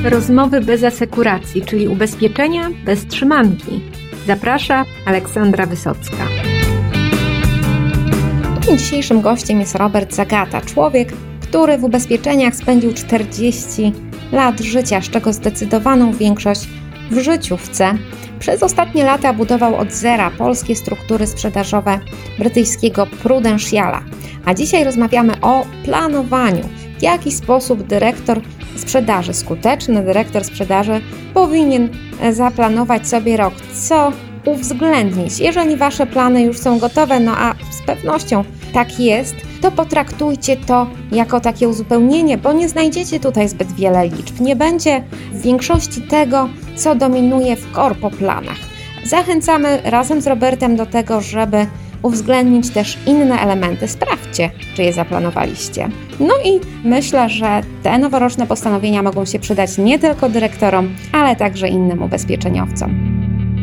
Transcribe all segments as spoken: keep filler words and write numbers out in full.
Rozmowy bez asekuracji, czyli ubezpieczenia bez trzymanki. Zaprasza Aleksandra Wysocka. Dzisiejszym gościem jest Robert Zagata, człowiek, który w ubezpieczeniach spędził czterdzieści lat życia, z czego zdecydowaną większość w życiówce. Przez ostatnie lata budował od zera polskie struktury sprzedażowe brytyjskiego Prudentiala. A dzisiaj rozmawiamy o planowaniu. W jaki sposób dyrektor sprzedaży, skuteczny dyrektor sprzedaży powinien zaplanować sobie rok, co uwzględnić. Jeżeli Wasze plany już są gotowe, no a z pewnością tak jest, to potraktujcie to jako takie uzupełnienie, bo nie znajdziecie tutaj zbyt wiele liczb. Nie będzie w większości tego, co dominuje w korpoplanach. Zachęcamy razem z Robertem do tego, żeby uwzględnić też inne elementy. Sprawdźcie, czy je zaplanowaliście. No i myślę, że te noworoczne postanowienia mogą się przydać nie tylko dyrektorom, ale także innym ubezpieczeniowcom.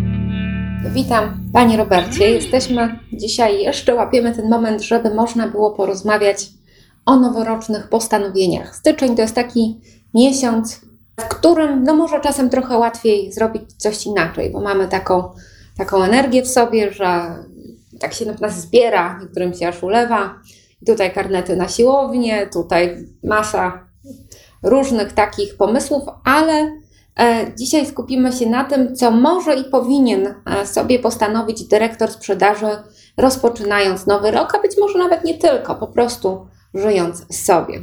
Witam, Panie Robercie. Jesteśmy dzisiaj, jeszcze łapiemy ten moment, żeby można było porozmawiać o noworocznych postanowieniach. Styczeń to jest taki miesiąc, w którym no może czasem trochę łatwiej zrobić coś inaczej, bo mamy taką, taką energię w sobie, że tak się nas zbiera, niektórym się aż ulewa. I tutaj karnety na siłownię, tutaj masa różnych takich pomysłów, ale e, dzisiaj skupimy się na tym, co może i powinien sobie postanowić dyrektor sprzedaży, rozpoczynając nowy rok, a być może nawet nie tylko, po prostu żyjąc sobie.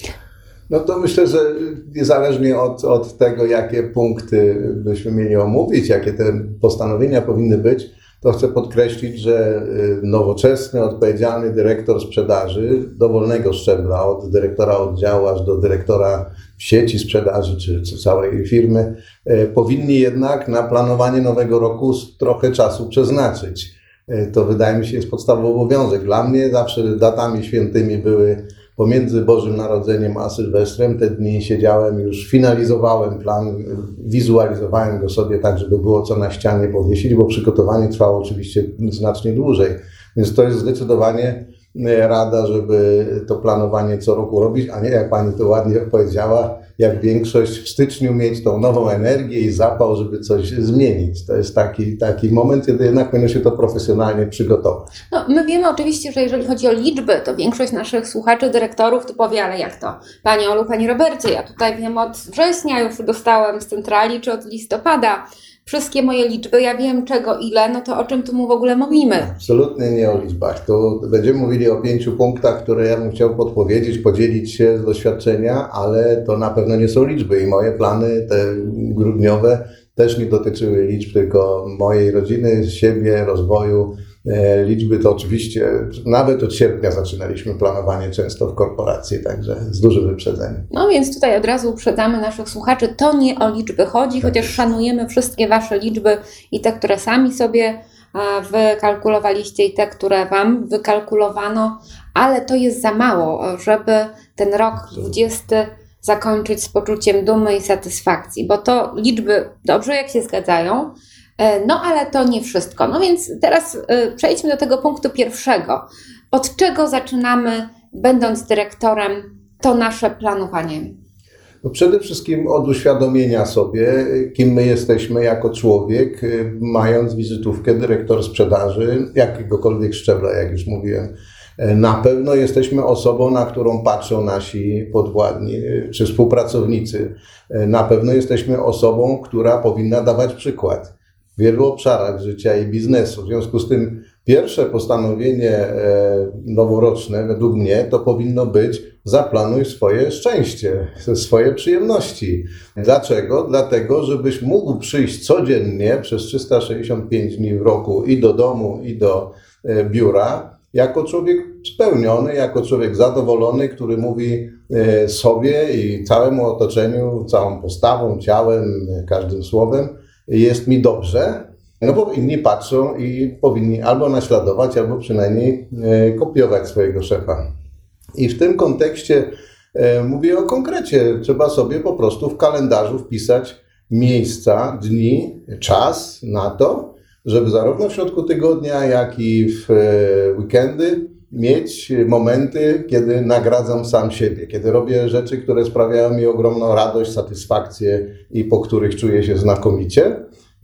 No to myślę, że niezależnie od, od tego, jakie punkty byśmy mieli omówić, jakie te postanowienia powinny być, to chcę podkreślić, że nowoczesny, odpowiedzialny dyrektor sprzedaży dowolnego szczebla, od dyrektora oddziału aż do dyrektora sieci sprzedaży czy, czy całej firmy, powinni jednak na planowanie nowego roku trochę czasu przeznaczyć. To wydaje mi się jest podstawowy obowiązek. Dla mnie zawsze datami świętymi były pomiędzy Bożym Narodzeniem a Sylwestrem. Te dni siedziałem, już finalizowałem plan, wizualizowałem go sobie tak, żeby było co na ścianie powiesić, bo przygotowanie trwało oczywiście znacznie dłużej. Więc to jest zdecydowanie rada, żeby to planowanie co roku robić, a nie, jak Pani to ładnie powiedziała, jak większość w styczniu mieć tą nową energię i zapał, żeby coś zmienić. To jest taki, taki moment, kiedy jednak powinno się to profesjonalnie przygotować. No, my wiemy oczywiście, że jeżeli chodzi o liczby, to większość naszych słuchaczy, dyrektorów to powie, ale jak to? Pani Olu, Pani Robercie, ja tutaj wiem od września, już dostałem z centrali, czy od listopada wszystkie moje liczby, ja wiem czego, ile, no to o czym tu mu w ogóle mówimy? Absolutnie nie o liczbach. To będziemy mówili o pięciu punktach, które ja bym chciał podpowiedzieć, podzielić się z doświadczenia, ale to na pewno nie są liczby i moje plany, te grudniowe, też nie dotyczyły liczb, tylko mojej rodziny, siebie, rozwoju. Liczby to oczywiście, nawet od sierpnia zaczynaliśmy planowanie często w korporacji, także z dużym wyprzedzeniem. No więc tutaj od razu uprzedzamy naszych słuchaczy, to nie o liczby chodzi, tak chociaż jest. Szanujemy wszystkie Wasze liczby i te, które sami sobie wykalkulowaliście i te, które Wam wykalkulowano, ale to jest za mało, żeby ten rok dwudziesty zakończyć z poczuciem dumy i satysfakcji, bo to liczby dobrze jak się zgadzają, no ale to nie wszystko. No więc teraz przejdźmy do tego punktu pierwszego. Od czego zaczynamy, będąc dyrektorem, to nasze planowanie? No przede wszystkim od uświadomienia sobie, kim my jesteśmy jako człowiek, mając wizytówkę dyrektor sprzedaży, jakiegokolwiek szczebla, jak już mówiłem. Na pewno jesteśmy osobą, na którą patrzą nasi podwładni czy współpracownicy. Na pewno jesteśmy osobą, która powinna dawać przykład w wielu obszarach życia i biznesu. W związku z tym pierwsze postanowienie noworoczne według mnie to powinno być: zaplanuj swoje szczęście, swoje przyjemności. Dlaczego? Dlatego, żebyś mógł przyjść codziennie przez trzysta sześćdziesiąt pięć dni w roku i do domu, i do biura jako człowiek spełniony, jako człowiek zadowolony, który mówi sobie i całemu otoczeniu, całą postawą, ciałem, każdym słowem: jest mi dobrze, no bo inni patrzą i powinni albo naśladować, albo przynajmniej kopiować swojego szefa. I w tym kontekście mówię o konkrecie. Trzeba sobie po prostu w kalendarzu wpisać miejsca, dni, czas na to, żeby zarówno w środku tygodnia, jak i w weekendy mieć momenty, kiedy nagradzam sam siebie, kiedy robię rzeczy, które sprawiają mi ogromną radość, satysfakcję i po których czuję się znakomicie.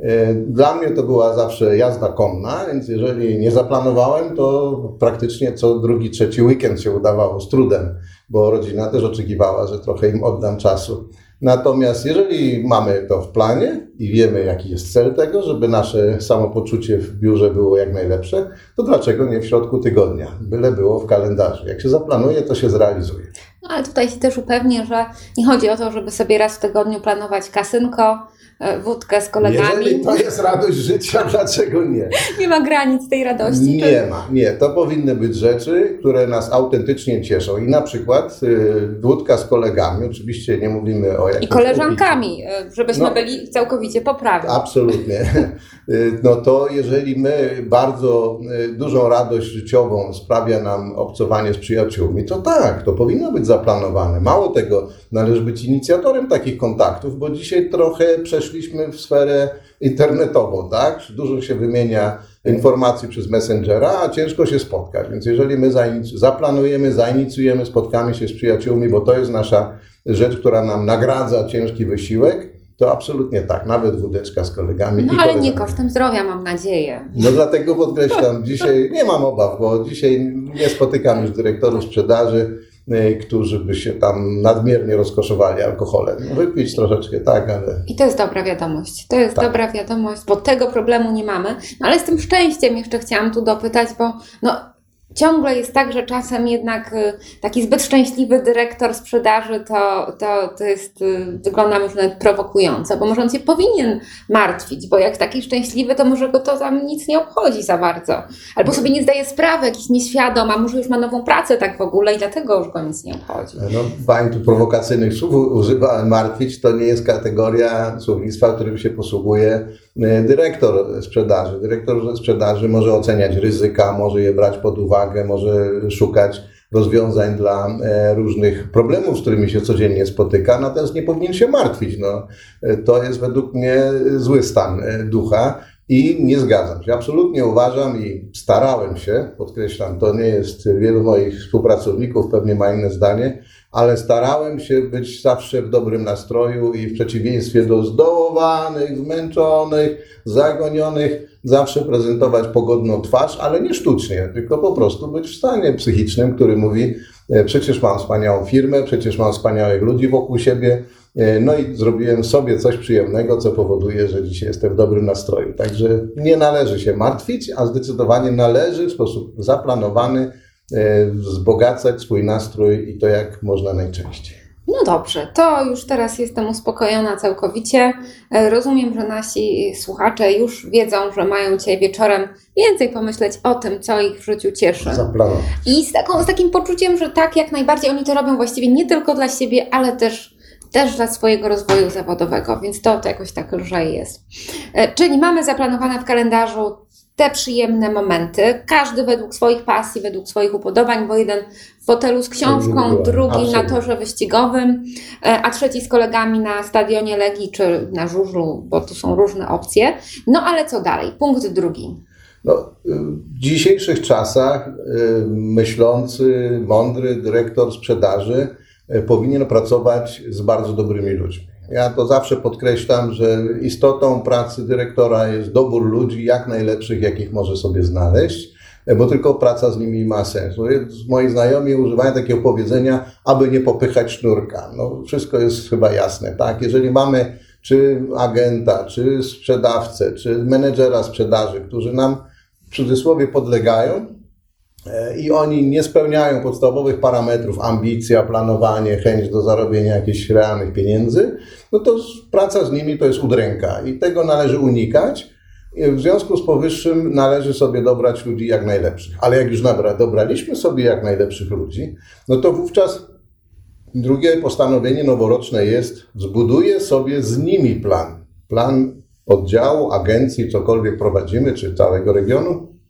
Dla mnie to była zawsze jazda konna, więc jeżeli nie zaplanowałem, to praktycznie co drugi, trzeci weekend się udawało z trudem, bo rodzina też oczekiwała, że trochę im oddam czasu. Natomiast jeżeli mamy to w planie i wiemy, jaki jest cel tego, żeby nasze samopoczucie w biurze było jak najlepsze, to dlaczego nie w środku tygodnia? Byle było w kalendarzu. Jak się zaplanuje, to się zrealizuje. No ale tutaj się też upewnię, że nie chodzi o to, żeby sobie raz w tygodniu planować kasynko, wódkę z kolegami. Jeżeli to jest radość życia, dlaczego nie? Nie ma granic tej radości. Nie czy... ma, nie. To powinny być rzeczy, które nas autentycznie cieszą. I na przykład y, wódka z kolegami, oczywiście nie mówimy o jakimś... I koleżankami, upiciu. Żebyśmy no, byli całkowicie poprawni. Absolutnie. No to jeżeli my bardzo dużą radość życiową sprawia nam obcowanie z przyjaciółmi, to tak, to powinno być zaplanowane. Mało tego, należy być inicjatorem takich kontaktów, bo dzisiaj trochę przeszliśmy w sferę internetową, tak? Dużo się wymienia informacji przez Messengera, a ciężko się spotkać. Więc jeżeli my zaplanujemy, zainicjujemy, spotkamy się z przyjaciółmi, bo to jest nasza rzecz, która nam nagradza ciężki wysiłek, to absolutnie tak, nawet wódeczka z kolegami. No i ale koleżankami. nie kosztem zdrowia, mam nadzieję. No dlatego podkreślam, dzisiaj nie mam obaw, bo dzisiaj nie spotykam już dyrektorów sprzedaży, którzy by się tam nadmiernie rozkoszowali alkoholem. No, wypić troszeczkę, tak, ale... I to jest dobra wiadomość. To jest tak. dobra wiadomość, bo tego problemu nie mamy. No ale z tym szczęściem jeszcze chciałam tu dopytać, bo no, ciągle jest tak, że czasem jednak taki zbyt szczęśliwy dyrektor sprzedaży to, to, to jest, wygląda może nawet prowokująco, bo może on się powinien martwić, bo jak taki szczęśliwy, to może go to tam nic nie obchodzi za bardzo. Albo sobie nie zdaje sprawy, jakiś nieświadom, a może już ma nową pracę tak w ogóle i dlatego już go nic nie obchodzi. No, pani tu prowokacyjnych słów używa, ale martwić to nie jest kategoria słownictwa, którym się posługuje dyrektor sprzedaży. Dyrektor sprzedaży może oceniać ryzyka, może je brać pod uwagę, może szukać rozwiązań dla różnych problemów, z którymi się codziennie spotyka, natomiast nie powinien się martwić. No, to jest według mnie zły stan ducha i nie zgadzam się. Absolutnie uważam i starałem się, podkreślam, to nie jest wielu moich współpracowników, pewnie ma inne zdanie, ale starałem się być zawsze w dobrym nastroju i w przeciwieństwie do zdołowanych, zmęczonych, zagonionych, zawsze prezentować pogodną twarz, ale nie sztucznie, tylko po prostu być w stanie psychicznym, który mówi, przecież mam wspaniałą firmę, przecież mam wspaniałych ludzi wokół siebie, no i zrobiłem sobie coś przyjemnego, co powoduje, że dzisiaj jestem w dobrym nastroju. Także nie należy się martwić, a zdecydowanie należy w sposób zaplanowany wzbogacać swój nastrój i to jak można najczęściej. No dobrze, to już teraz jestem uspokojona całkowicie. Rozumiem, że nasi słuchacze już wiedzą, że mają dzisiaj wieczorem więcej pomyśleć o tym, co ich w życiu cieszy. Zaplanować. I z, taką, z takim poczuciem, że tak, jak najbardziej oni to robią właściwie nie tylko dla siebie, ale też, też dla swojego rozwoju zawodowego, więc to, to jakoś tak lżej jest. Czyli mamy zaplanowane w kalendarzu te przyjemne momenty, każdy według swoich pasji, według swoich upodobań, bo jeden w fotelu z książką, drugi Absolutnie. na torze wyścigowym, a trzeci z kolegami na stadionie Legii czy na żużlu, bo to są różne opcje. No ale co dalej? Punkt drugi. No, w dzisiejszych czasach myślący, mądry dyrektor sprzedaży powinien pracować z bardzo dobrymi ludźmi. Ja to zawsze podkreślam, że istotą pracy dyrektora jest dobór ludzi jak najlepszych, jakich może sobie znaleźć, bo tylko praca z nimi ma sens. Moi znajomi używają takiego powiedzenia, aby nie popychać sznurka. No, wszystko jest chyba jasne, tak? Jeżeli mamy czy agenta, czy sprzedawcę, czy menedżera sprzedaży, którzy nam w cudzysłowie podlegają, i oni nie spełniają podstawowych parametrów, ambicja, planowanie, chęć do zarobienia jakichś realnych pieniędzy, no to praca z nimi to jest udręka i tego należy unikać. W związku z powyższym należy sobie dobrać ludzi jak najlepszych. Ale jak już dobra, dobraliśmy sobie jak najlepszych ludzi, no to wówczas drugie postanowienie noworoczne jest, zbuduję sobie z nimi plan. Plan oddziału, agencji, cokolwiek prowadzimy, czy całego regionu.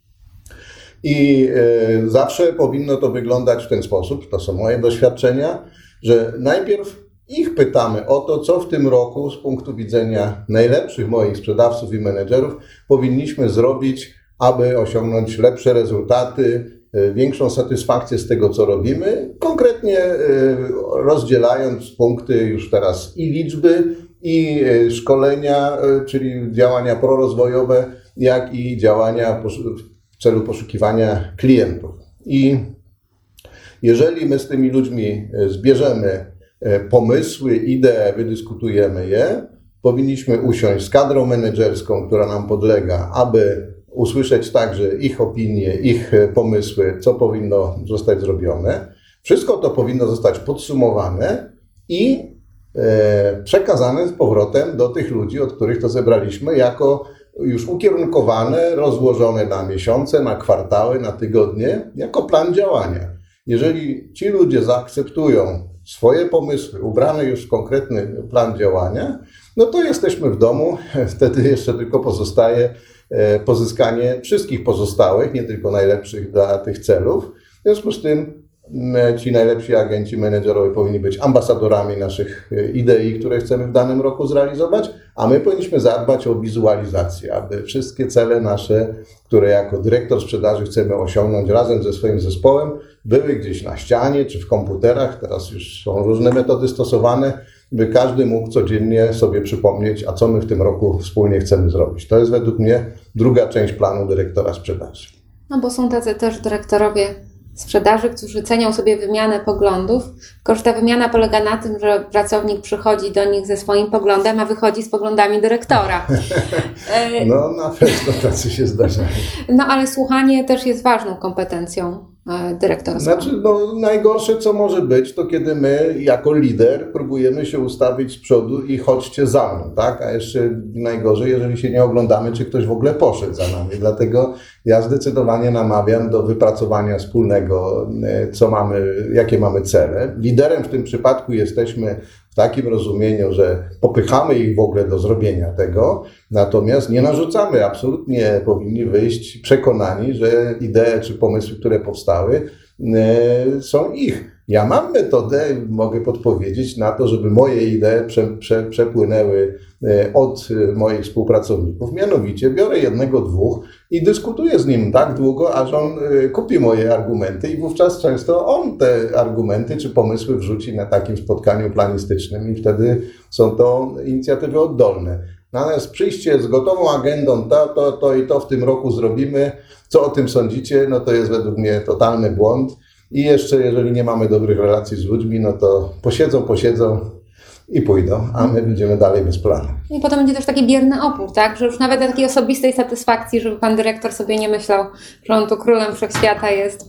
I y, zawsze powinno to wyglądać w ten sposób, to są moje doświadczenia, że najpierw ich pytamy o to, co w tym roku z punktu widzenia najlepszych moich sprzedawców i menedżerów powinniśmy zrobić, aby osiągnąć lepsze rezultaty większą satysfakcję z tego, co robimy, konkretnie rozdzielając punkty już teraz i liczby, i szkolenia, czyli działania prorozwojowe, jak i działania w celu poszukiwania klientów. I jeżeli my z tymi ludźmi zbierzemy pomysły, idee, wydyskutujemy je, powinniśmy usiąść z kadrą menedżerską, która nam podlega, aby usłyszeć także ich opinie, ich pomysły, co powinno zostać zrobione. Wszystko to powinno zostać podsumowane i e, przekazane z powrotem do tych ludzi, od których to zebraliśmy, jako już ukierunkowane, rozłożone na miesiące, na kwartały, na tygodnie, jako plan działania. Jeżeli ci ludzie zaakceptują swoje pomysły, ubrane już w konkretny plan działania, no to jesteśmy w domu, wtedy jeszcze tylko pozostaje pozyskanie wszystkich pozostałych, nie tylko najlepszych dla tych celów. W związku z tym ci najlepsi agenci menedżerowie powinni być ambasadorami naszych idei, które chcemy w danym roku zrealizować, a my powinniśmy zadbać o wizualizację, aby wszystkie cele nasze, które jako dyrektor sprzedaży chcemy osiągnąć razem ze swoim zespołem, były gdzieś na ścianie czy w komputerach. Teraz już są różne metody stosowane, by każdy mógł codziennie sobie przypomnieć, a co my w tym roku wspólnie chcemy zrobić. To jest według mnie druga część planu dyrektora sprzedaży. No bo są tacy też dyrektorowie sprzedaży, którzy cenią sobie wymianę poglądów, tylko że ta wymiana polega na tym, że pracownik przychodzi do nich ze swoim poglądem, a wychodzi z poglądami dyrektora. No na pewno tacy się zdarzają. No ale słuchanie też jest ważną kompetencją dyrektora. Znaczy, no, najgorsze co może być, to kiedy my jako lider próbujemy się ustawić z przodu i chodźcie za mną, tak? A jeszcze najgorzej, jeżeli się nie oglądamy, czy ktoś w ogóle poszedł za nami. Dlatego ja zdecydowanie namawiam do wypracowania wspólnego, co mamy, jakie mamy cele. Liderem w tym przypadku jesteśmy w takim rozumieniu, że popychamy ich w ogóle do zrobienia tego, natomiast nie narzucamy. Absolutnie powinni wyjść przekonani, że idee czy pomysły, które powstały, są ich. Ja mam metodę, mogę podpowiedzieć na to, żeby moje idee prze, prze, przepłynęły od moich współpracowników. Mianowicie biorę jednego, dwóch i dyskutuję z nim tak długo, aż on kupi moje argumenty i wówczas często on te argumenty czy pomysły wrzuci na takim spotkaniu planistycznym i wtedy są to inicjatywy oddolne. Natomiast przyjście z gotową agendą, to, to, to i to w tym roku zrobimy, co o tym sądzicie, no to jest według mnie totalny błąd. I jeszcze, jeżeli nie mamy dobrych relacji z ludźmi, no to posiedzą, posiedzą i pójdą, a my będziemy dalej bez planu. I potem będzie też taki bierny opór, tak? Że już nawet takiej osobistej satysfakcji, żeby pan dyrektor sobie nie myślał, że on tu królem wszechświata jest,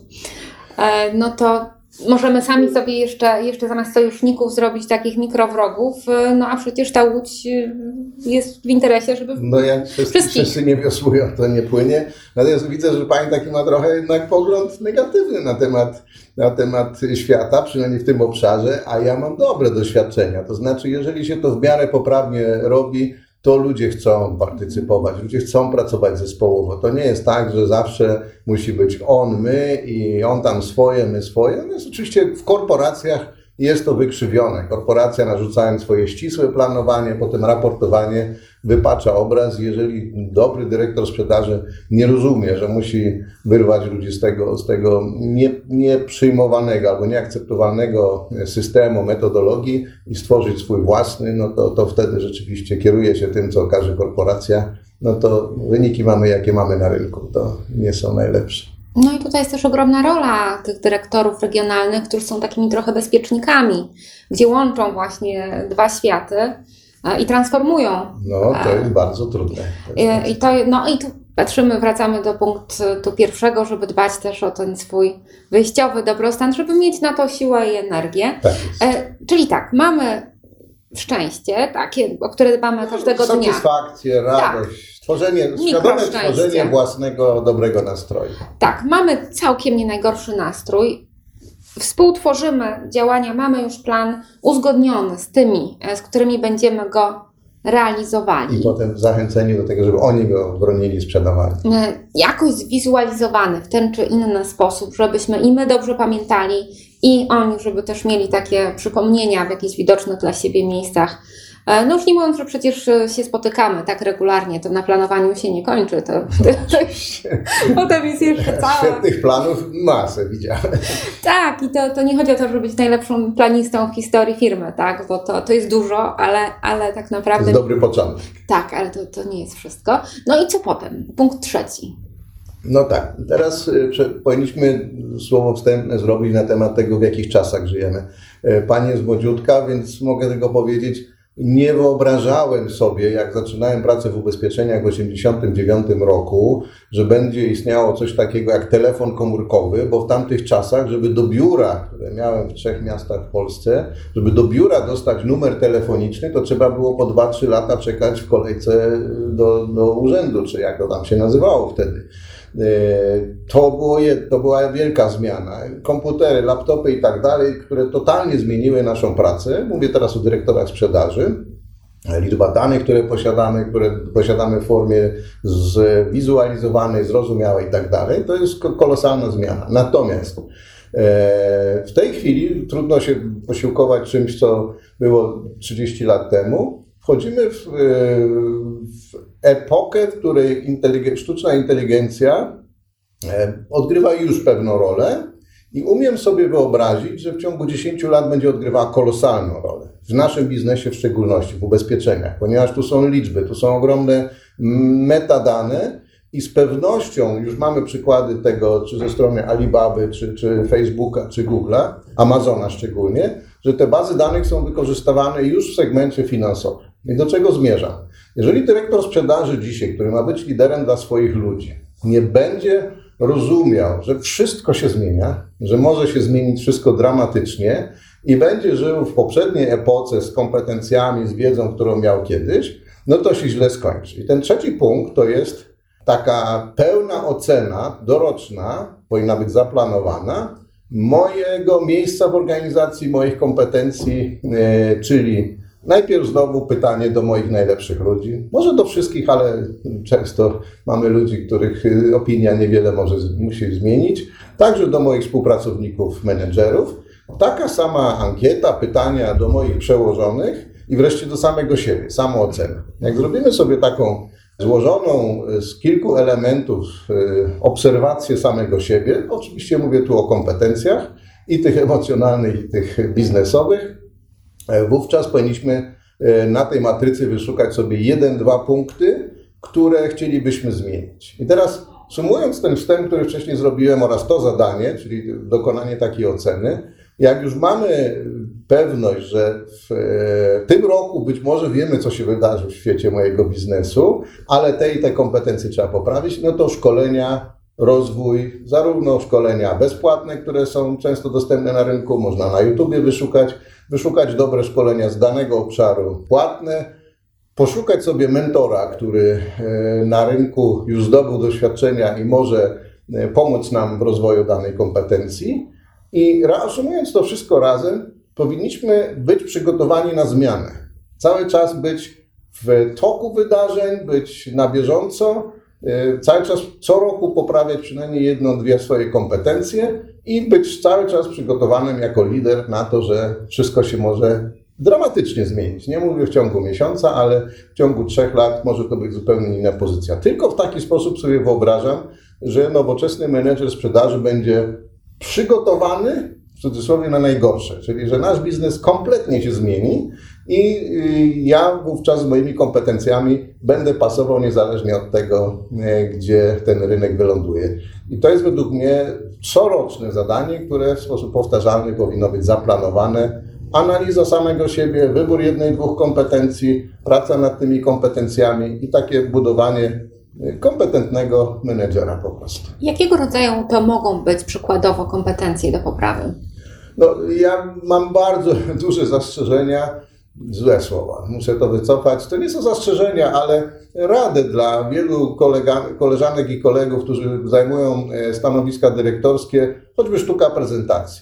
no to możemy sami sobie jeszcze, jeszcze zamiast sojuszników zrobić takich mikrowrogów, no a przecież ta łódź jest w interesie, żeby No jak wszyscy, wszyscy nie wiosłują, to nie płynie. Natomiast widzę, że pani taki ma trochę jednak pogląd negatywny na temat, na temat świata, przynajmniej w tym obszarze, a ja mam dobre doświadczenia. To znaczy, jeżeli się to w miarę poprawnie robi, to ludzie chcą partycypować, ludzie chcą pracować zespołowo. To nie jest tak, że zawsze musi być on, my i on tam swoje, my swoje. Natomiast oczywiście w korporacjach jest to wykrzywione. Korporacja, narzucając swoje ścisłe planowanie, potem raportowanie, wypacza obraz. Jeżeli dobry dyrektor sprzedaży nie rozumie, że musi wyrwać ludzi z tego, z tego nie, nieprzyjmowanego albo nieakceptowalnego systemu, metodologii i stworzyć swój własny, no to, to wtedy rzeczywiście kieruje się tym, co każe korporacja, no to wyniki mamy, jakie mamy na rynku. To nie są najlepsze. No i tutaj jest też ogromna rola tych dyrektorów regionalnych, którzy są takimi trochę bezpiecznikami, gdzie łączą właśnie dwa światy i transformują. No, to jest bardzo trudne. I, i to, no i tu patrzymy, wracamy do punktu pierwszego, żeby dbać też o ten swój wyjściowy dobrostan, żeby mieć na to siłę i energię. Tak jest. E, czyli tak, mamy szczęście, takie, o które dbamy każdego dnia. Satysfakcję, radość, tak. Tworzenie, świadome tworzenie własnego dobrego nastroju. Tak, mamy całkiem nie najgorszy nastrój. Współtworzymy działania, mamy już plan uzgodniony z tymi, z którymi będziemy go realizowali. I potem zachęceni do tego, żeby oni go bronili, sprzedawali. Jakoś zwizualizowany w ten czy inny sposób, żebyśmy i my dobrze pamiętali, i oni, żeby też mieli takie przypomnienia w jakichś widocznych dla siebie miejscach, No już nie mówiąc, że przecież się spotykamy tak regularnie, to na planowaniu się nie kończy, to, to, to potem jest jeszcze cała... Świetnych planów masę widziałem. Tak, i to, to nie chodzi o to, żeby być najlepszym planistą w historii firmy, tak, bo to, to jest dużo, ale, ale tak naprawdę... To jest dobry początek. Tak, ale to, to nie jest wszystko. No i co potem? Punkt trzeci. No tak, teraz y, powinniśmy słowo wstępne zrobić na temat tego, w jakich czasach żyjemy. Y, Pani jest młodziutka, więc mogę tylko powiedzieć, nie wyobrażałem sobie, jak zaczynałem pracę w ubezpieczeniach w osiemdziesiątym dziewiątym roku, że będzie istniało coś takiego jak telefon komórkowy, bo w tamtych czasach, żeby do biura, które miałem w trzech miastach w Polsce, żeby do biura dostać numer telefoniczny, to trzeba było po dwa trzy lata czekać w kolejce do, do urzędu, czy jak to tam się nazywało wtedy. To, było, to była wielka zmiana. Komputery, laptopy i tak dalej, które totalnie zmieniły naszą pracę. Mówię teraz o dyrektorach sprzedaży. Liczba danych, które posiadamy, które posiadamy w formie zwizualizowanej, zrozumiałej i tak dalej, to jest kolosalna zmiana. Natomiast w tej chwili trudno się posiłkować czymś, co było trzydzieści lat temu. Wchodzimy w, w epokę, w której inteligen- sztuczna inteligencja odgrywa już pewną rolę i umiem sobie wyobrazić, że w ciągu dziesięciu lat będzie odgrywała kolosalną rolę. W naszym biznesie w szczególności, w ubezpieczeniach, ponieważ tu są liczby, tu są ogromne metadane i z pewnością już mamy przykłady tego, czy ze strony Alibaby, czy, czy Facebooka, czy Google'a, Amazona szczególnie, że te bazy danych są wykorzystywane już w segmencie finansowym. I do czego zmierzam? Jeżeli dyrektor sprzedaży dzisiaj, który ma być liderem dla swoich ludzi, nie będzie rozumiał, że wszystko się zmienia, że może się zmienić wszystko dramatycznie i będzie żył w poprzedniej epoce z kompetencjami, z wiedzą, którą miał kiedyś, no to się źle skończy. I ten trzeci punkt to jest taka pełna ocena doroczna, powinna być zaplanowana, mojego miejsca w organizacji, moich kompetencji, yy, czyli najpierw znowu pytanie do moich najlepszych ludzi. Może do wszystkich, ale często mamy ludzi, których opinia niewiele może musi zmienić. Także do moich współpracowników, menedżerów. Taka sama ankieta, pytania do moich przełożonych i wreszcie do samego siebie, samoocenę. Jak zrobimy sobie taką złożoną z kilku elementów obserwację samego siebie, oczywiście mówię tu o kompetencjach i tych emocjonalnych, i tych biznesowych, wówczas powinniśmy na tej matrycy wyszukać sobie jeden, dwa punkty, które chcielibyśmy zmienić. I teraz sumując ten wstęp, który wcześniej zrobiłem oraz to zadanie, czyli dokonanie takiej oceny, jak już mamy pewność, że w tym roku być może wiemy, co się wydarzy w świecie mojego biznesu, ale te i te kompetencje trzeba poprawić, no to szkolenia, rozwój, zarówno szkolenia bezpłatne, które są często dostępne na rynku, można na YouTubie wyszukać, wyszukać dobre szkolenia z danego obszaru płatne, poszukać sobie mentora, który na rynku już zdobył doświadczenia i może pomóc nam w rozwoju danej kompetencji. I reasumując to wszystko razem, powinniśmy być przygotowani na zmianę. Cały czas być w toku wydarzeń, być na bieżąco, cały czas co roku poprawiać przynajmniej jedną, dwie swoje kompetencje i być cały czas przygotowanym jako lider na to, że wszystko się może dramatycznie zmienić. Nie mówię w ciągu miesiąca, ale w ciągu trzech lat może to być zupełnie inna pozycja. Tylko w taki sposób sobie wyobrażam, że nowoczesny menedżer sprzedaży będzie przygotowany, w cudzysłowie, na najgorsze, czyli że nasz biznes kompletnie się zmieni i ja wówczas z moimi kompetencjami będę pasował niezależnie od tego, gdzie ten rynek wyląduje. I to jest według mnie coroczne zadanie, które w sposób powtarzalny powinno być zaplanowane. Analiza samego siebie, wybór jednej, dwóch kompetencji, praca nad tymi kompetencjami i takie budowanie kompetentnego menedżera po prostu. Jakiego rodzaju to mogą być przykładowo kompetencje do poprawy? No, ja mam bardzo duże zastrzeżenia, złe słowa, muszę to wycofać. To nie są zastrzeżenia, ale radę dla wielu kolega, koleżanek i kolegów, którzy zajmują stanowiska dyrektorskie, choćby sztuka prezentacji.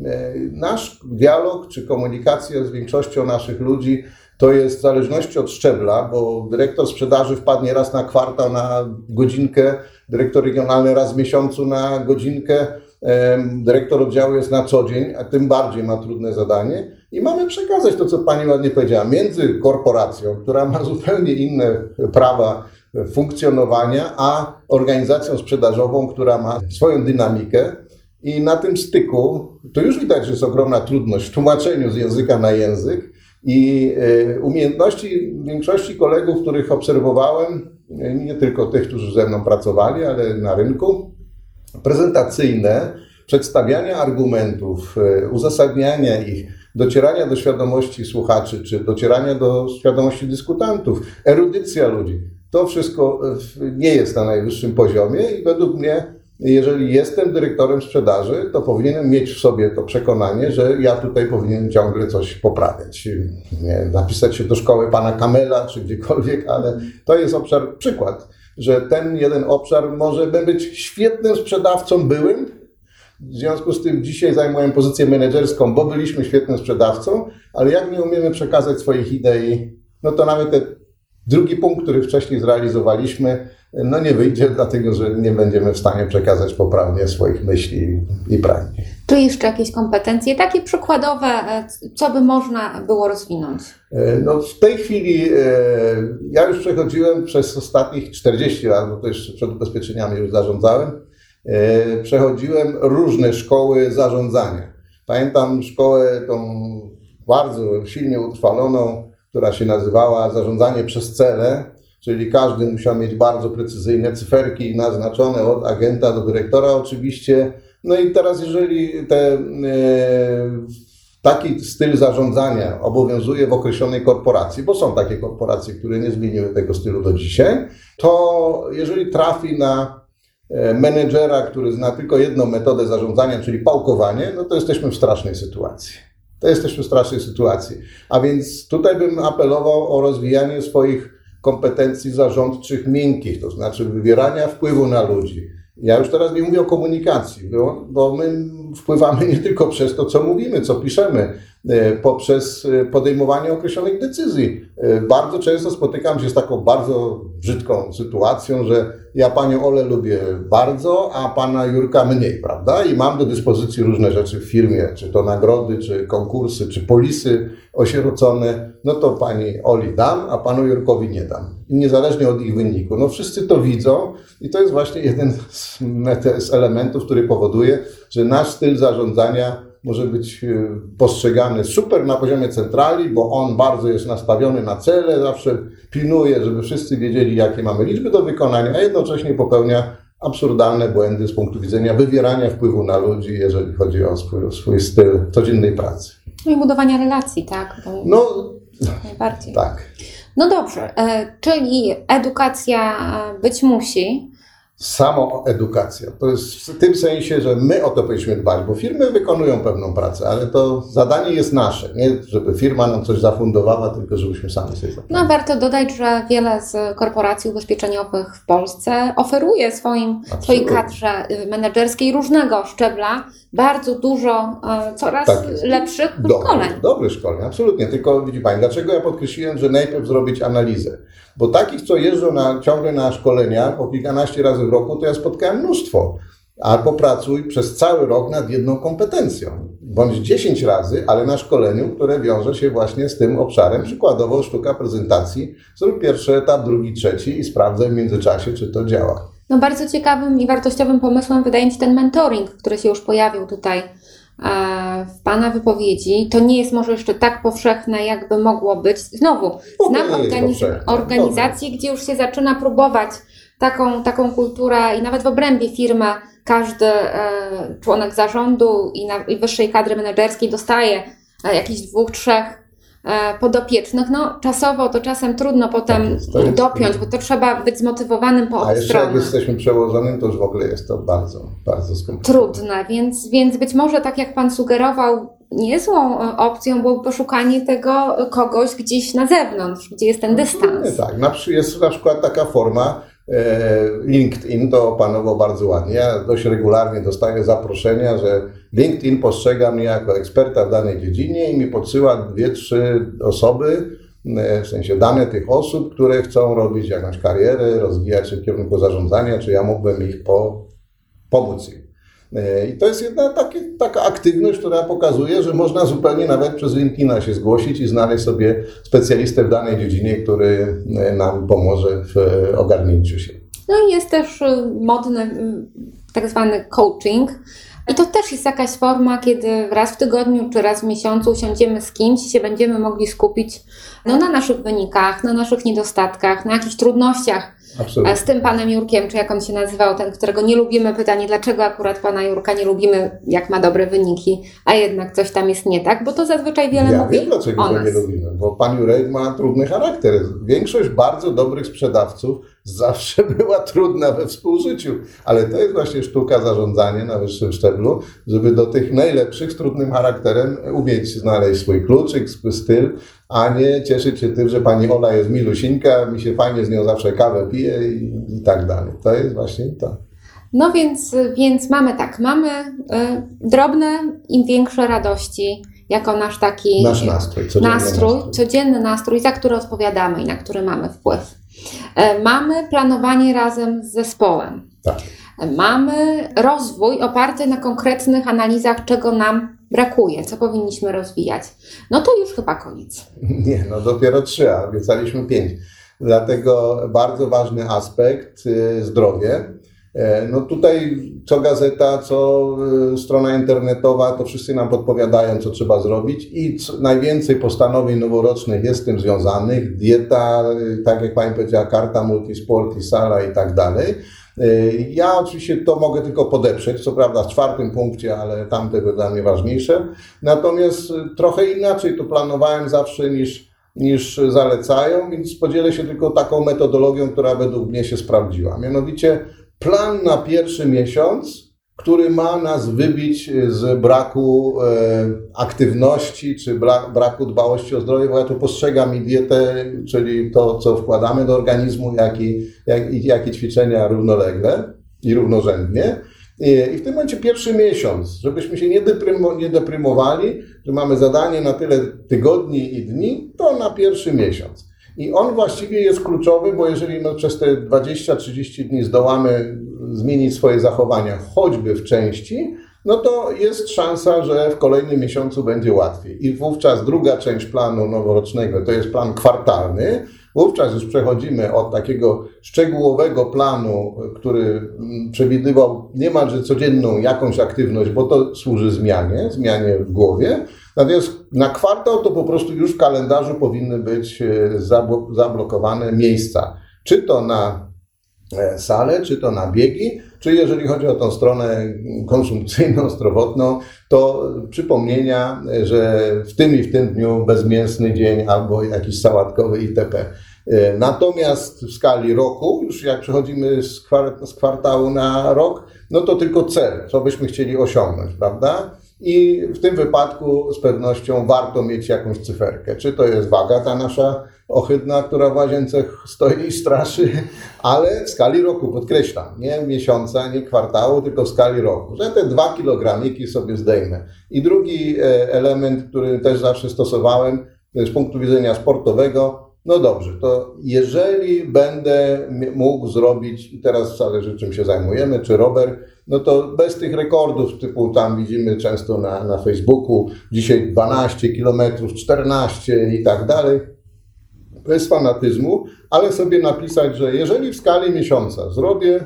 Nasz dialog czy komunikacja z większością naszych ludzi to jest w zależności od szczebla, bo dyrektor sprzedaży wpadnie raz na kwartał na godzinkę, dyrektor regionalny raz w miesiącu na godzinkę, dyrektor oddziału jest na co dzień, a tym bardziej ma trudne zadanie i mamy przekazać to, co pani ładnie powiedziała, między korporacją, która ma zupełnie inne prawa funkcjonowania, a organizacją sprzedażową, która ma swoją dynamikę. I na tym styku, to już widać, że jest ogromna trudność w tłumaczeniu z języka na język i umiejętności większości kolegów, których obserwowałem, nie tylko tych, którzy ze mną pracowali, ale na rynku, prezentacyjne, przedstawiania argumentów, uzasadniania ich, docierania do świadomości słuchaczy, czy docierania do świadomości dyskutantów, erudycja ludzi. To wszystko nie jest na najwyższym poziomie i według mnie, jeżeli jestem dyrektorem sprzedaży, to powinienem mieć w sobie to przekonanie, że ja tutaj powinienem ciągle coś poprawiać. Nie, zapisać się do szkoły pana Kamela, czy gdziekolwiek, ale to jest obszar, przykład, że ten jeden obszar może być świetnym sprzedawcą byłym. W związku z tym dzisiaj zajmuję pozycję menedżerską, bo byliśmy świetnym sprzedawcą, ale jak nie umiemy przekazać swoich idei, no to nawet ten drugi punkt, który wcześniej zrealizowaliśmy, no nie wyjdzie, dlatego że nie będziemy w stanie przekazać poprawnie swoich myśli i pragnień. Czy jeszcze jakieś kompetencje takie przykładowe, co by można było rozwinąć? No w tej chwili ja już przechodziłem przez ostatnich czterdzieści lat, bo to jeszcze przed ubezpieczeniami już zarządzałem, przechodziłem różne szkoły zarządzania. Pamiętam szkołę tą bardzo silnie utrwaloną, która się nazywała zarządzanie przez cele, czyli każdy musiał mieć bardzo precyzyjne cyferki naznaczone od agenta do dyrektora oczywiście. No i teraz jeżeli te, e, taki styl zarządzania obowiązuje w określonej korporacji, bo są takie korporacje, które nie zmieniły tego stylu do dzisiaj, to jeżeli trafi na menedżera, który zna tylko jedną metodę zarządzania, czyli pałkowanie, no to jesteśmy w strasznej sytuacji. To jesteśmy w strasznej sytuacji. A więc tutaj bym apelował o rozwijanie swoich kompetencji zarządczych miękkich, to znaczy wywierania wpływu na ludzi. Ja już teraz nie mówię o komunikacji, bo, bo my wpływamy nie tylko przez to, co mówimy, co piszemy, poprzez podejmowanie określonych decyzji. Bardzo często spotykam się z taką bardzo brzydką sytuacją, że ja panią Olę lubię bardzo, a pana Jurka mniej, prawda? I mam do dyspozycji różne rzeczy w firmie, czy to nagrody, czy konkursy, czy polisy osierocone. No to pani Oli dam, a panu Jurkowi nie dam. I niezależnie od ich wyniku. No wszyscy to widzą i to jest właśnie jeden z, z elementów, który powoduje, że nasz styl zarządzania może być postrzegany super na poziomie centrali, bo on bardzo jest nastawiony na cele, zawsze pilnuje, żeby wszyscy wiedzieli, jakie mamy liczby do wykonania, a jednocześnie popełnia absurdalne błędy z punktu widzenia wywierania wpływu na ludzi, jeżeli chodzi o swój, o swój styl codziennej pracy. No i budowania relacji, tak? To no, najbardziej. Tak. No dobrze, czyli edukacja być musi. Samoedukacja. To jest w tym sensie, że my o to powinniśmy dbać, bo firmy wykonują pewną pracę, ale to zadanie jest nasze. Nie żeby firma nam coś zafundowała, tylko żebyśmy sami sobie zapłacili. No warto dodać, że wiele z korporacji ubezpieczeniowych w Polsce oferuje swoim, swojej kadrze menedżerskiej różnego szczebla bardzo dużo coraz tak lepszych szkoleń. Dobre szkolenia, absolutnie. Tylko widzi Pani, dlaczego ja podkreśliłem, że najpierw zrobić analizę? Bo takich, co jeżdżą na, ciągle na szkolenia po kilkanaście razy w roku, to ja spotkałem mnóstwo. A popracuj przez cały rok nad jedną kompetencją. Bądź dziesięć razy, ale na szkoleniu, które wiąże się właśnie z tym obszarem. Przykładowo sztuka prezentacji. Zrób pierwszy etap, drugi, trzeci i sprawdzaj w międzyczasie, czy to działa. No bardzo ciekawym i wartościowym pomysłem wydaje mi się ten mentoring, który się już pojawił tutaj w Pana wypowiedzi. To nie jest może jeszcze tak powszechne, jakby mogło być. Znowu, znam organiz- organizacje, gdzie już się zaczyna próbować taką, taką kulturę i nawet w obrębie firmy każdy e, członek zarządu i, na, i wyższej kadry menedżerskiej dostaje e, jakichś dwóch, trzech e, podopiecznych. No czasowo to czasem trudno potem tak jest, jest, dopiąć, bo to trzeba być zmotywowanym po obie strony. A jeszcze jak jesteśmy przełożonym, to już w ogóle jest to bardzo, bardzo skomplikowane. Trudne, więc, więc być może tak jak Pan sugerował, niezłą opcją było poszukanie tego kogoś gdzieś na zewnątrz, gdzie jest ten dystans. Nie, tak, jest na przykład taka forma, LinkedIn to opanował bardzo ładnie. Ja dość regularnie dostaję zaproszenia, że LinkedIn postrzega mnie jako eksperta w danej dziedzinie i mi podsyła dwie, trzy osoby, w sensie dane tych osób, które chcą robić jakąś karierę, rozwijać się w kierunku zarządzania, czy ja mógłbym ich po, pomóc im. I to jest jedna takie, taka aktywność, która pokazuje, że można zupełnie nawet przez LinkedIna się zgłosić i znaleźć sobie specjalistę w danej dziedzinie, który nam pomoże w ogarnięciu się. No i jest też modny tak zwany coaching. I to też jest jakaś forma, kiedy raz w tygodniu czy raz w miesiącu usiądziemy z kimś i się będziemy mogli skupić no, na naszych wynikach, na naszych niedostatkach, na jakichś trudnościach. Absolutnie. Z tym panem Jurkiem, czy jak on się nazywał, ten, którego nie lubimy, pytanie, dlaczego akurat pana Jurka nie lubimy, jak ma dobre wyniki, a jednak coś tam jest nie tak, bo to zazwyczaj wiele ja mówi wiem, dlaczego o go nas. nie lubimy, bo pan Jurek ma trudny charakter. Większość bardzo dobrych sprzedawców zawsze była trudna we współżyciu, ale to jest właśnie sztuka zarządzania na wyższym szczeblu, żeby do tych najlepszych z trudnym charakterem umieć znaleźć swój kluczyk, swój styl, a nie cieszyć się tym, że pani Ola jest milusinka, mi się fajnie z nią zawsze kawę pije i, i tak dalej. To jest właśnie to. No więc, więc mamy tak, mamy y, drobne, im większe radości, jako nasz taki Nasz nastrój, codzienny nastrój, nastrój. codzienny nastrój, za który odpowiadamy i na który mamy wpływ. Y, mamy planowanie razem z zespołem. Tak. Y, mamy rozwój oparty na konkretnych analizach, czego nam brakuje, co powinniśmy rozwijać. No to już chyba koniec. Nie, no dopiero trzy, a obiecaliśmy pięć. Dlatego bardzo ważny aspekt, y, zdrowie. No tutaj co gazeta, co strona internetowa, to wszyscy nam podpowiadają, co trzeba zrobić i co, najwięcej postanowień noworocznych jest z tym związanych. Dieta, tak jak pani powiedziała, karta multisport i sala i tak dalej. Ja oczywiście to mogę tylko podeprzeć, co prawda w czwartym punkcie, ale tamte były dla mnie ważniejsze. Natomiast trochę inaczej to planowałem zawsze niż niż zalecają, więc podzielę się tylko taką metodologią, która według mnie się sprawdziła. Mianowicie plan na pierwszy miesiąc, który ma nas wybić z braku e, aktywności czy bra, braku dbałości o zdrowie, bo ja tu postrzegam i dietę, czyli to, co wkładamy do organizmu, jak i, jak, i, jak i ćwiczenia równolegle i równorzędnie. I, I w tym momencie pierwszy miesiąc, żebyśmy się nie, deprymo, nie deprymowali, że mamy zadanie na tyle tygodni i dni, to na pierwszy miesiąc. I on właściwie jest kluczowy, bo jeżeli no przez te dwadzieścia trzydzieści dni zdołamy zmienić swoje zachowania, choćby w części, no to jest szansa, że w kolejnym miesiącu będzie łatwiej. I wówczas druga część planu noworocznego to jest plan kwartalny. Wówczas już przechodzimy od takiego szczegółowego planu, który przewidywał niemalże codzienną jakąś aktywność, bo to służy zmianie, zmianie w głowie. Natomiast na kwartał to po prostu już w kalendarzu powinny być zablokowane miejsca. Czy to na salę, czy to na biegi, czy jeżeli chodzi o tą stronę konsumpcyjną, zdrowotną, to przypomnienia, że w tym i w tym dniu bezmięsny dzień albo jakiś sałatkowy itp. Natomiast w skali roku, już jak przechodzimy z, kwart- z kwartału na rok, no to tylko cel, co byśmy chcieli osiągnąć, prawda? I w tym wypadku z pewnością warto mieć jakąś cyferkę. Czy to jest waga ta nasza ohydna, która w łazience stoi i straszy, ale w skali roku, podkreślam, nie miesiąca, nie kwartału, tylko w skali roku, że te dwa kilogramiki sobie zdejmę. I drugi element, który też zawsze stosowałem z punktu widzenia sportowego, no dobrze, to jeżeli będę mógł zrobić, i teraz zależy czym się zajmujemy, czy rower, no to bez tych rekordów typu tam widzimy często na, na Facebooku, dzisiaj dwanaście kilometrów, czternaście i tak dalej, bez fanatyzmu, ale sobie napisać, że jeżeli w skali miesiąca zrobię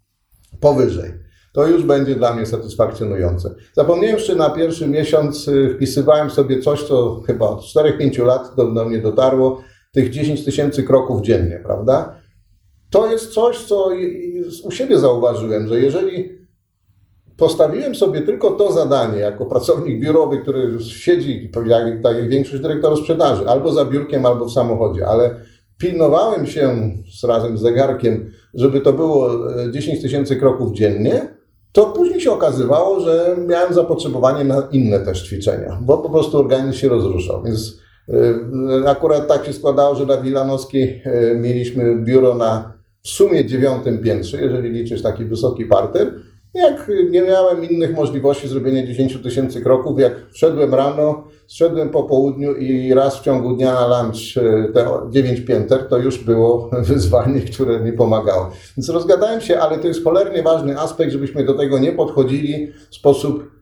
powyżej, to już będzie dla mnie satysfakcjonujące. Zapomniałem jeszcze na pierwszy miesiąc, wpisywałem sobie coś, co chyba od czterech pięciu lat do, do mnie dotarło, tych dziesięć tysięcy kroków dziennie, prawda? To jest coś, co u siebie zauważyłem, że jeżeli postawiłem sobie tylko to zadanie jako pracownik biurowy, który siedzi, jak, tak jak większość dyrektorów sprzedaży, albo za biurkiem, albo w samochodzie, ale pilnowałem się z, razem z zegarkiem, żeby to było dziesięć tysięcy kroków dziennie, to później się okazywało, że miałem zapotrzebowanie na inne też ćwiczenia, bo po prostu organizm się rozruszał. Więc akurat tak się składało, że na Wilanowskiej mieliśmy biuro na w sumie dziewiątym piętrze, jeżeli liczysz taki wysoki parter. Jak nie miałem innych możliwości zrobienia dziesięć tysięcy kroków, jak wszedłem rano, zszedłem po południu i raz w ciągu dnia na lunch te dziewięć pięter, to już było wyzwanie, które mi pomagało. Więc rozgadałem się, ale to jest cholernie ważny aspekt, żebyśmy do tego nie podchodzili w sposób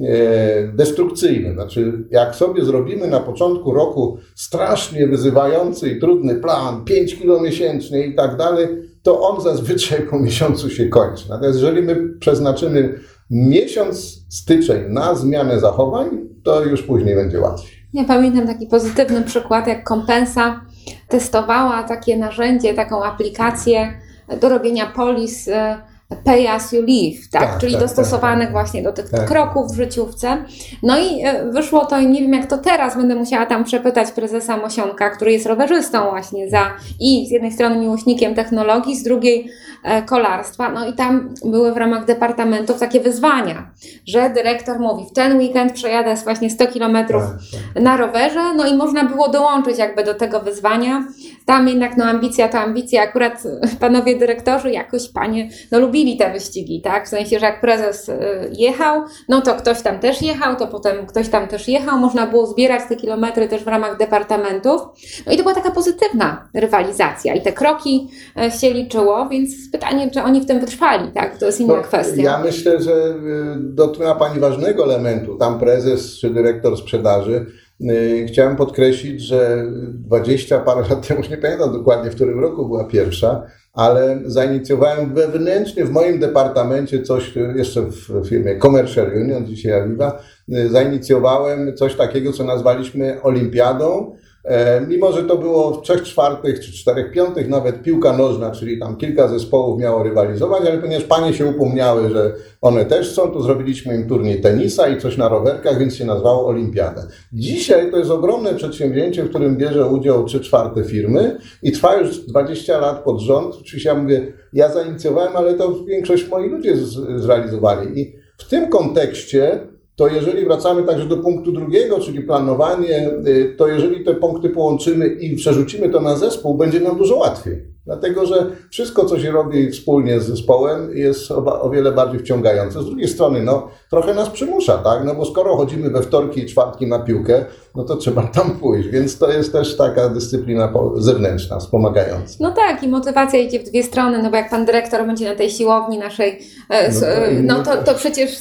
destrukcyjny. Znaczy, jak sobie zrobimy na początku roku strasznie wyzywający i trudny plan, pięć kilo miesięcznie i tak dalej, to on zazwyczaj po miesiącu się kończy. Natomiast jeżeli my przeznaczymy miesiąc styczeń na zmianę zachowań, to już później będzie łatwiej. Ja pamiętam taki pozytywny przykład, jak Kompensa testowała takie narzędzie, taką aplikację do robienia polis Pay as you live, tak? tak Czyli tak, dostosowanych tak, właśnie do tych tak. kroków w życiówce. No i wyszło to, i nie wiem jak to teraz, będę musiała tam przepytać prezesa Mosionka, który jest rowerzystą właśnie za i z jednej strony miłośnikiem technologii, z drugiej e, kolarstwa. No i tam były w ramach departamentów takie wyzwania, że dyrektor mówi, w ten weekend przejadę właśnie sto kilometrów tak, tak. na rowerze, no i można było dołączyć jakby do tego wyzwania. Tam jednak no ambicja to ambicja, akurat panowie dyrektorzy, jakoś panie, no lubili te wyścigi, tak? W sensie, że jak prezes jechał, no to ktoś tam też jechał, to potem ktoś tam też jechał, można było zbierać te kilometry też w ramach departamentów. No i to była taka pozytywna rywalizacja i te kroki się liczyło, więc pytanie, czy oni w tym wytrwali, tak? To jest inna no, kwestia. Ja myślę, że dotknęła Pani ważnego elementu, tam prezes czy dyrektor sprzedaży. Chciałem podkreślić, że dwadzieścia parę lat temu, już nie pamiętam dokładnie, w którym roku była pierwsza, ale zainicjowałem wewnętrznie w moim departamencie coś, jeszcze w firmie Commercial Union, dzisiaj Aviva, zainicjowałem coś takiego, co nazwaliśmy olimpiadą. Mimo że to było w trzech czwartych czy czterech piątych, nawet piłka nożna, czyli tam kilka zespołów miało rywalizować, ale ponieważ panie się upomniały, że one też są, to zrobiliśmy im turniej tenisa i coś na rowerkach, więc się nazwało olimpiada. Dzisiaj to jest ogromne przedsięwzięcie, w którym bierze udział trzy czwarte firmy i trwa już dwadzieścia lat pod rząd. Oczywiście ja mówię, ja zainicjowałem, ale to większość moi ludzie z, zrealizowali. I w tym kontekście to jeżeli wracamy także do punktu drugiego, czyli planowanie, to jeżeli te punkty połączymy i przerzucimy to na zespół, będzie nam dużo łatwiej. Dlatego, że wszystko, co się robi wspólnie z zespołem, jest o, o wiele bardziej wciągające. Z drugiej strony, no, trochę nas przymusza, tak? No bo skoro chodzimy we wtorki i czwartki na piłkę, no to trzeba tam pójść, więc to jest też taka dyscyplina zewnętrzna, wspomagająca. No tak, i motywacja idzie w dwie strony, no bo jak pan dyrektor będzie na tej siłowni naszej, no to, no to, to przecież,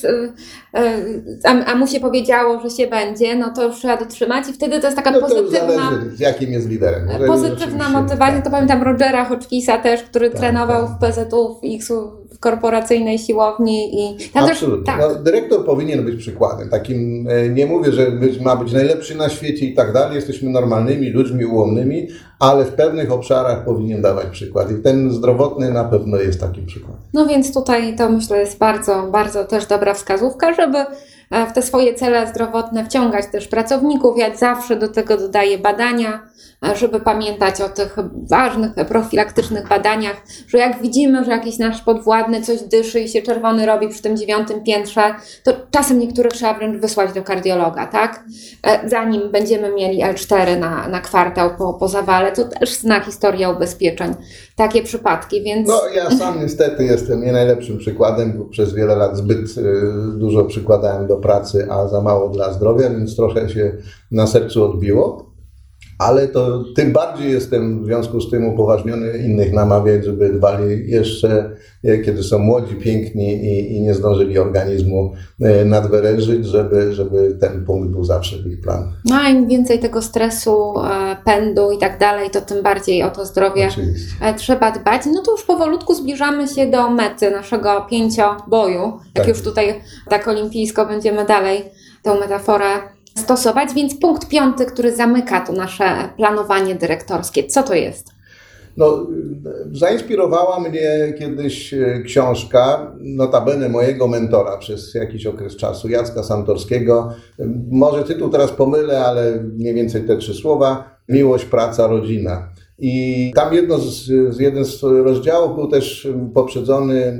a, a mu się powiedziało, że się będzie, no to już trzeba dotrzymać i wtedy to jest taka no to pozytywna, zależy, jakim jest liderem. Jeżeli pozytywna motywacja, to pamiętam Rogera Hodgkisa też, który tak, trenował tak. w P Z U, w X-u, w korporacyjnej siłowni i tam absolutnie. Też, tak. No, dyrektor powinien być przykładem. Takim, nie mówię, że być, ma być najlepszy na świecie i tak dalej. Jesteśmy normalnymi ludźmi ułomnymi, ale w pewnych obszarach powinien dawać przykład. I ten zdrowotny na pewno jest takim przykładem. No więc tutaj to myślę jest bardzo, bardzo też dobra wskazówka, żeby w te swoje cele zdrowotne wciągać też pracowników. Ja zawsze do tego dodaję badania, żeby pamiętać o tych ważnych, profilaktycznych badaniach, że jak widzimy, że jakiś nasz podwładny coś dyszy i się czerwony robi przy tym dziewiątym piętrze, to czasem niektórych trzeba wręcz wysłać do kardiologa, tak? Zanim będziemy mieli L cztery na, na kwartał po, po zawale, to też zna historia ubezpieczeń. Takie przypadki, więc... No ja sam niestety jestem nie najlepszym przykładem, bo przez wiele lat zbyt dużo przykładałem do pracy, a za mało dla zdrowia, więc trochę się na sercu odbiło. Ale to tym bardziej jestem w związku z tym upoważniony innych namawiać, żeby dbali jeszcze, kiedy są młodzi, piękni i, i nie zdążyli organizmu nadwyrężyć, żeby, żeby ten punkt był zawsze w ich planach. No a im więcej tego stresu, pędu i tak dalej, to tym bardziej o to zdrowie Oczywiście. trzeba dbać. No to już powolutku zbliżamy się do mety naszego pięcioboju. Jak tak. już tutaj tak olimpijsko będziemy dalej tę metaforę stosować, więc punkt piąty, który zamyka to nasze planowanie dyrektorskie. Co to jest? No, zainspirowała mnie kiedyś książka, notabene mojego mentora przez jakiś okres czasu, Jacka Santorskiego. Może tytuł teraz pomylę, ale mniej więcej te trzy słowa. Miłość, praca, rodzina. I tam jedno z, z jeden z rozdziałów był też poprzedzony e,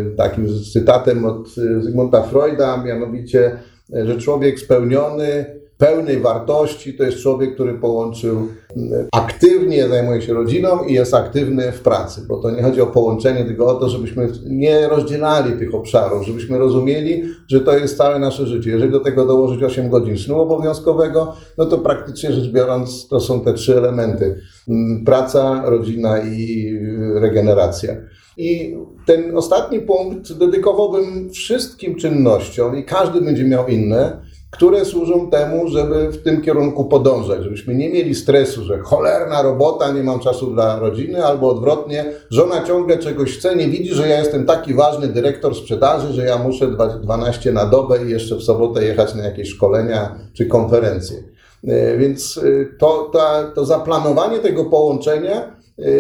takim cytatem od Zygmunta Freuda, mianowicie, że człowiek spełniony pełnej wartości. To jest człowiek, który połączył, aktywnie zajmuje się rodziną i jest aktywny w pracy, bo to nie chodzi o połączenie, tylko o to, żebyśmy nie rozdzielali tych obszarów, żebyśmy rozumieli, że to jest całe nasze życie. Jeżeli do tego dołożyć osiem godzin snu obowiązkowego, no to praktycznie rzecz biorąc to są te trzy elementy. Praca, rodzina i regeneracja. I ten ostatni punkt dedykowałbym wszystkim czynnościom i każdy będzie miał inne, które służą temu, żeby w tym kierunku podążać, żebyśmy nie mieli stresu, że cholerna robota, nie mam czasu dla rodziny, albo odwrotnie, żona ciągle czegoś chce, nie widzi, że ja jestem taki ważny dyrektor sprzedaży, że ja muszę dwanaście na dobę i jeszcze w sobotę jechać na jakieś szkolenia czy konferencje. Więc to, to, to zaplanowanie tego połączenia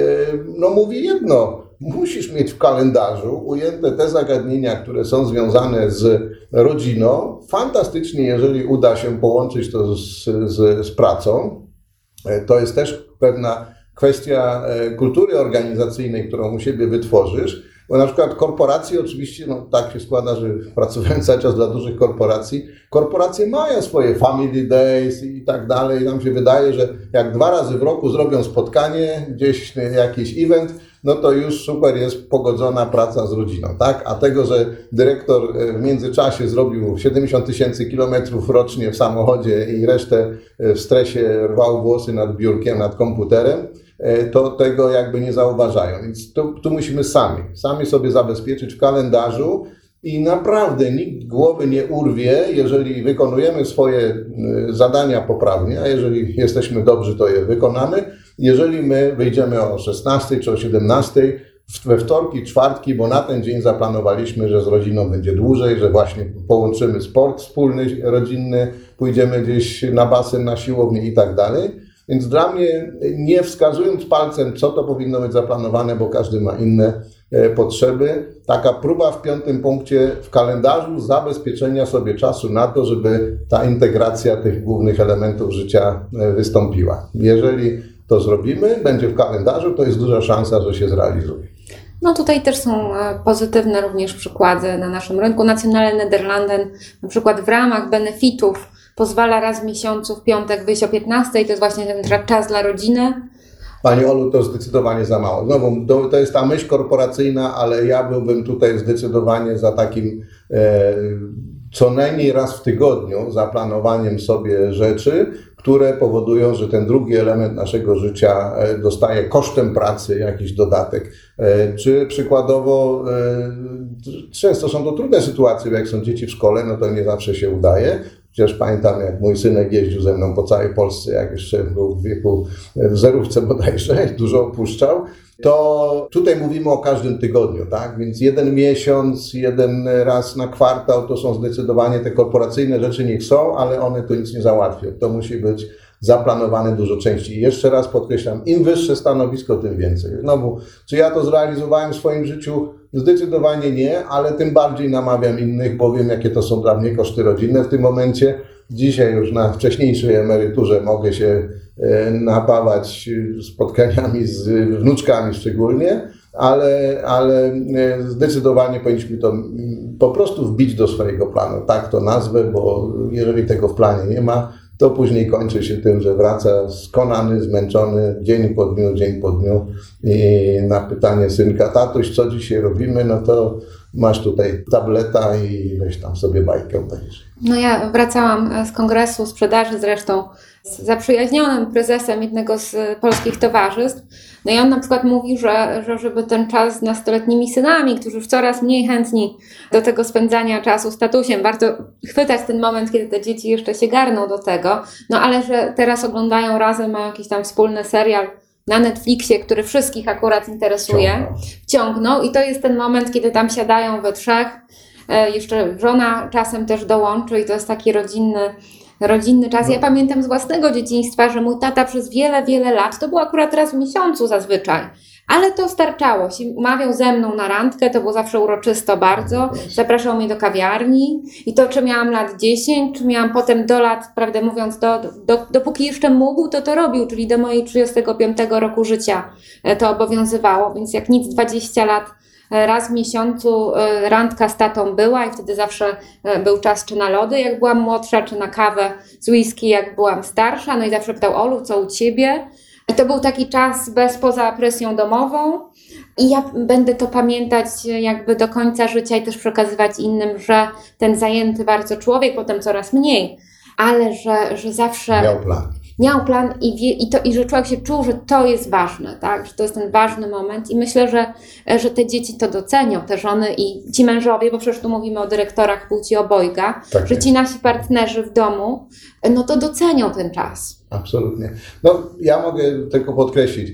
no mówi jedno, musisz mieć w kalendarzu ujęte te zagadnienia, które są związane z rodziną. Fantastycznie, jeżeli uda się połączyć to z, z, z pracą. To jest też pewna kwestia kultury organizacyjnej, którą u siebie wytworzysz. Bo na przykład korporacje, oczywiście, no tak się składa, że pracując cały czas dla dużych korporacji, korporacje mają swoje family days i tak dalej. Nam się wydaje, że jak dwa razy w roku zrobią spotkanie, gdzieś jakiś event, no to już super jest pogodzona praca z rodziną, tak? A tego, że dyrektor w międzyczasie zrobił siedemdziesiąt tysięcy kilometrów rocznie w samochodzie i resztę w stresie rwał włosy nad biurkiem, nad komputerem, to tego jakby nie zauważają. Więc tu, tu musimy sami, sami sobie zabezpieczyć w kalendarzu i naprawdę nikt głowy nie urwie, jeżeli wykonujemy swoje zadania poprawnie, a jeżeli jesteśmy dobrzy, to je wykonamy. Jeżeli my wyjdziemy o szesnastej czy o siedemnastej we wtorki, czwartki, bo na ten dzień zaplanowaliśmy, że z rodziną będzie dłużej, że właśnie połączymy sport wspólny, rodzinny, pójdziemy gdzieś na basen, na siłownię i tak dalej. Więc dla mnie, nie wskazując palcem, co to powinno być zaplanowane, bo każdy ma inne potrzeby, taka próba w piątym punkcie w kalendarzu zabezpieczenia sobie czasu na to, żeby ta integracja tych głównych elementów życia wystąpiła. Jeżeli to zrobimy, będzie w kalendarzu, to jest duża szansa, że się zrealizuje. No tutaj też są pozytywne również przykłady na naszym rynku. Nationale Nederlanden na przykład w ramach benefitów pozwala raz w miesiącu w piątek wyjść o piętnastej, to jest właśnie ten czas dla rodziny. Pani Olu, to zdecydowanie za mało. Znowu, to, to jest ta myśl korporacyjna, ale ja byłbym tutaj zdecydowanie za takim e, co najmniej raz w tygodniu zaplanowaniem sobie rzeczy, które powodują, że ten drugi element naszego życia dostaje kosztem pracy jakiś dodatek. Czy przykładowo, często są to trudne sytuacje, bo jak są dzieci w szkole, no to nie zawsze się udaje. Chociaż pamiętam, jak mój synek jeździł ze mną po całej Polsce, jak jeszcze był w wieku w zerówce bodajże, dużo opuszczał, to tutaj mówimy o każdym tygodniu, tak? Więc jeden miesiąc, jeden raz na kwartał to są zdecydowanie te korporacyjne rzeczy, niech są, ale one tu nic nie załatwią. To musi być zaplanowane dużo częściej. I jeszcze raz podkreślam, im wyższe stanowisko, tym więcej. Znowu, czy ja to zrealizowałem w swoim życiu? Zdecydowanie nie, ale tym bardziej namawiam innych, bo wiem, jakie to są dla mnie koszty rodzinne w tym momencie. Dzisiaj już na wcześniejszej emeryturze mogę się napawać spotkaniami z wnuczkami szczególnie, ale, ale zdecydowanie powinniśmy to po prostu wbić do swojego planu. Tak to nazwę, bo jeżeli tego w planie nie ma, to później kończy się tym, że wraca skonany, zmęczony, dzień po dniu, dzień po dniu i na pytanie synka, tatuś, co dzisiaj robimy, no to masz tutaj tableta i weź tam sobie bajkę obejrzyj. No ja wracałam z kongresu sprzedaży zresztą z zaprzyjaźnionym prezesem jednego z polskich towarzystw. No i on na przykład mówi, że, że żeby ten czas z nastoletnimi synami, którzy już coraz mniej chętni do tego spędzania czasu z tatusiem, warto chwytać ten moment, kiedy te dzieci jeszcze się garną do tego, no ale że teraz oglądają razem, mają jakiś tam wspólny serial na Netflixie, który wszystkich akurat interesuje, Ciągną. wciągną i to jest ten moment, kiedy tam siadają we trzech, e, jeszcze żona czasem też dołączy i to jest taki rodzinny, rodzinny czas. No. Ja pamiętam z własnego dzieciństwa, że mój tata przez wiele, wiele lat, to było akurat raz w miesiącu zazwyczaj, ale to starczało. Się umawiał ze mną na randkę, to było zawsze uroczysto bardzo, zapraszał mnie do kawiarni i to, czy miałam lat dziesięć, czy miałam potem do lat, prawdę mówiąc, do, do, dopóki jeszcze mógł, to to robił, czyli do mojej trzydziestego piątego roku życia to obowiązywało, więc jak nic dwadzieścia lat raz w miesiącu randka z tatą była i wtedy zawsze był czas czy na lody, jak byłam młodsza, czy na kawę z whisky, jak byłam starsza. No i zawsze pytał: Olu, co u ciebie? I to był taki czas bez poza presją domową. I ja będę to pamiętać jakby do końca życia i też przekazywać innym, że ten zajęty bardzo człowiek, potem coraz mniej, ale że, że zawsze miał plan. Miał plan i, wie, i, to, i że człowiek się czuł, że to jest ważne, tak? Że to jest ten ważny moment i myślę, że, że te dzieci to docenią, te żony i ci mężowie, bo przecież tu mówimy o dyrektorach płci obojga, tak że jest. Ci nasi partnerzy w domu, no to docenią ten czas. Absolutnie. No ja mogę tylko podkreślić,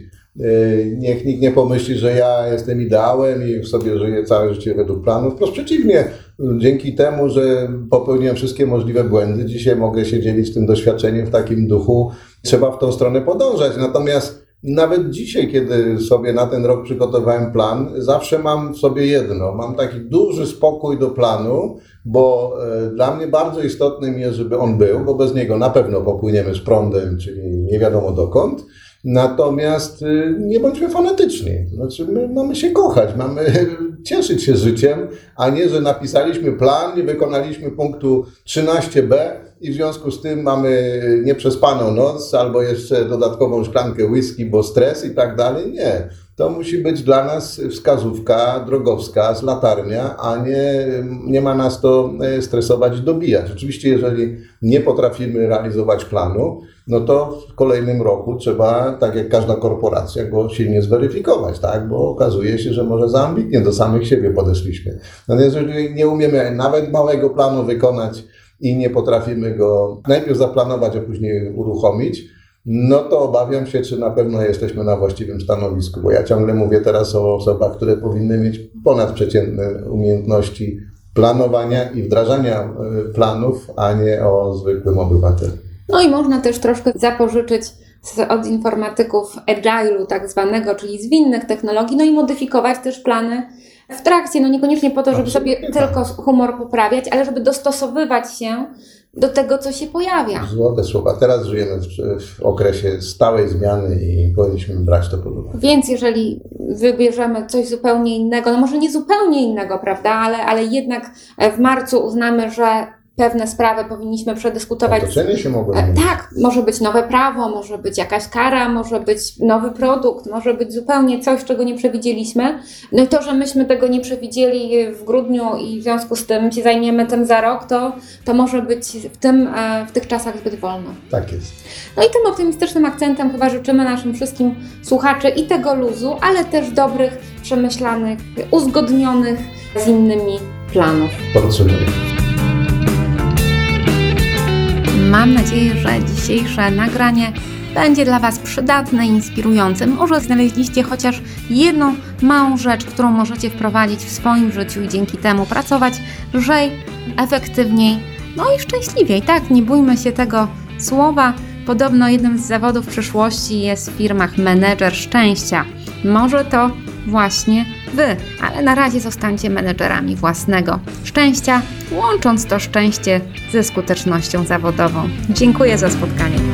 niech nikt nie pomyśli, że ja jestem ideałem i sobie żyję całe życie według planów. Wprost przeciwnie, dzięki temu, że popełniłem wszystkie możliwe błędy, dzisiaj mogę się dzielić tym doświadczeniem w takim duchu. Trzeba w tą stronę podążać. Natomiast nawet dzisiaj, kiedy sobie na ten rok przygotowałem plan, zawsze mam w sobie jedno. Mam taki duży spokój do planu, bo dla mnie bardzo istotnym jest, żeby on był, bo bez niego na pewno popłyniemy z prądem, czyli nie wiadomo dokąd. Natomiast nie bądźmy fanatyczni. Znaczy, my mamy się kochać, mamy cieszyć się życiem, a nie, że napisaliśmy plan, nie wykonaliśmy punktu trzynaście B i w związku z tym mamy nieprzespaną noc albo jeszcze dodatkową szklankę whisky, bo stres i tak dalej. Nie. To musi być dla nas wskazówka, drogowskaz, latarnia, a nie, nie ma nas to stresować i dobijać. Oczywiście, jeżeli nie potrafimy realizować planu, no to w kolejnym roku trzeba, tak jak każda korporacja, go silnie zweryfikować, tak? Bo okazuje się, że może za ambitnie do samych siebie podeszliśmy. Natomiast jeżeli nie umiemy nawet małego planu wykonać i nie potrafimy go najpierw zaplanować, a później uruchomić, no to obawiam się, czy na pewno jesteśmy na właściwym stanowisku, bo ja ciągle mówię teraz o osobach, które powinny mieć ponadprzeciętne umiejętności planowania i wdrażania planów, a nie o zwykłym obywatelu. No i można też troszkę zapożyczyć od informatyków agile'u tak zwanego, czyli zwinnych technologii, no i modyfikować też plany w trakcie, no niekoniecznie po to, żeby sobie tylko humor poprawiać, ale żeby dostosowywać się do tego, co się pojawia. Złote słowa. Teraz żyjemy w, w okresie stałej zmiany i powinniśmy brać to pod uwagę. Więc jeżeli wybierzemy coś zupełnie innego, no może nie zupełnie innego, prawda, ale, ale jednak w marcu uznamy, że pewne sprawy powinniśmy przedyskutować. Otoczenie się mogło zmienić. Tak, może być nowe prawo, może być jakaś kara, może być nowy produkt, może być zupełnie coś, czego nie przewidzieliśmy. No i to, że myśmy tego nie przewidzieli w grudniu i w związku z tym się zajmiemy tym za rok, to, to może być w, tym, w tych czasach zbyt wolno. Tak jest. No i tym optymistycznym akcentem chyba życzymy naszym wszystkim słuchaczy i tego luzu, ale też dobrych, przemyślanych, uzgodnionych z innymi planów. Podsumuję. Mam nadzieję, że dzisiejsze nagranie będzie dla Was przydatne i inspirujące. Może znaleźliście chociaż jedną małą rzecz, którą możecie wprowadzić w swoim życiu i dzięki temu pracować lżej, efektywniej, no i szczęśliwiej. Tak, nie bójmy się tego słowa. Podobno jednym z zawodów przyszłości jest w firmach menedżer szczęścia. Może to właśnie Wy, ale na razie zostańcie menedżerami własnego szczęścia, łącząc to szczęście ze skutecznością zawodową. Dziękuję za spotkanie.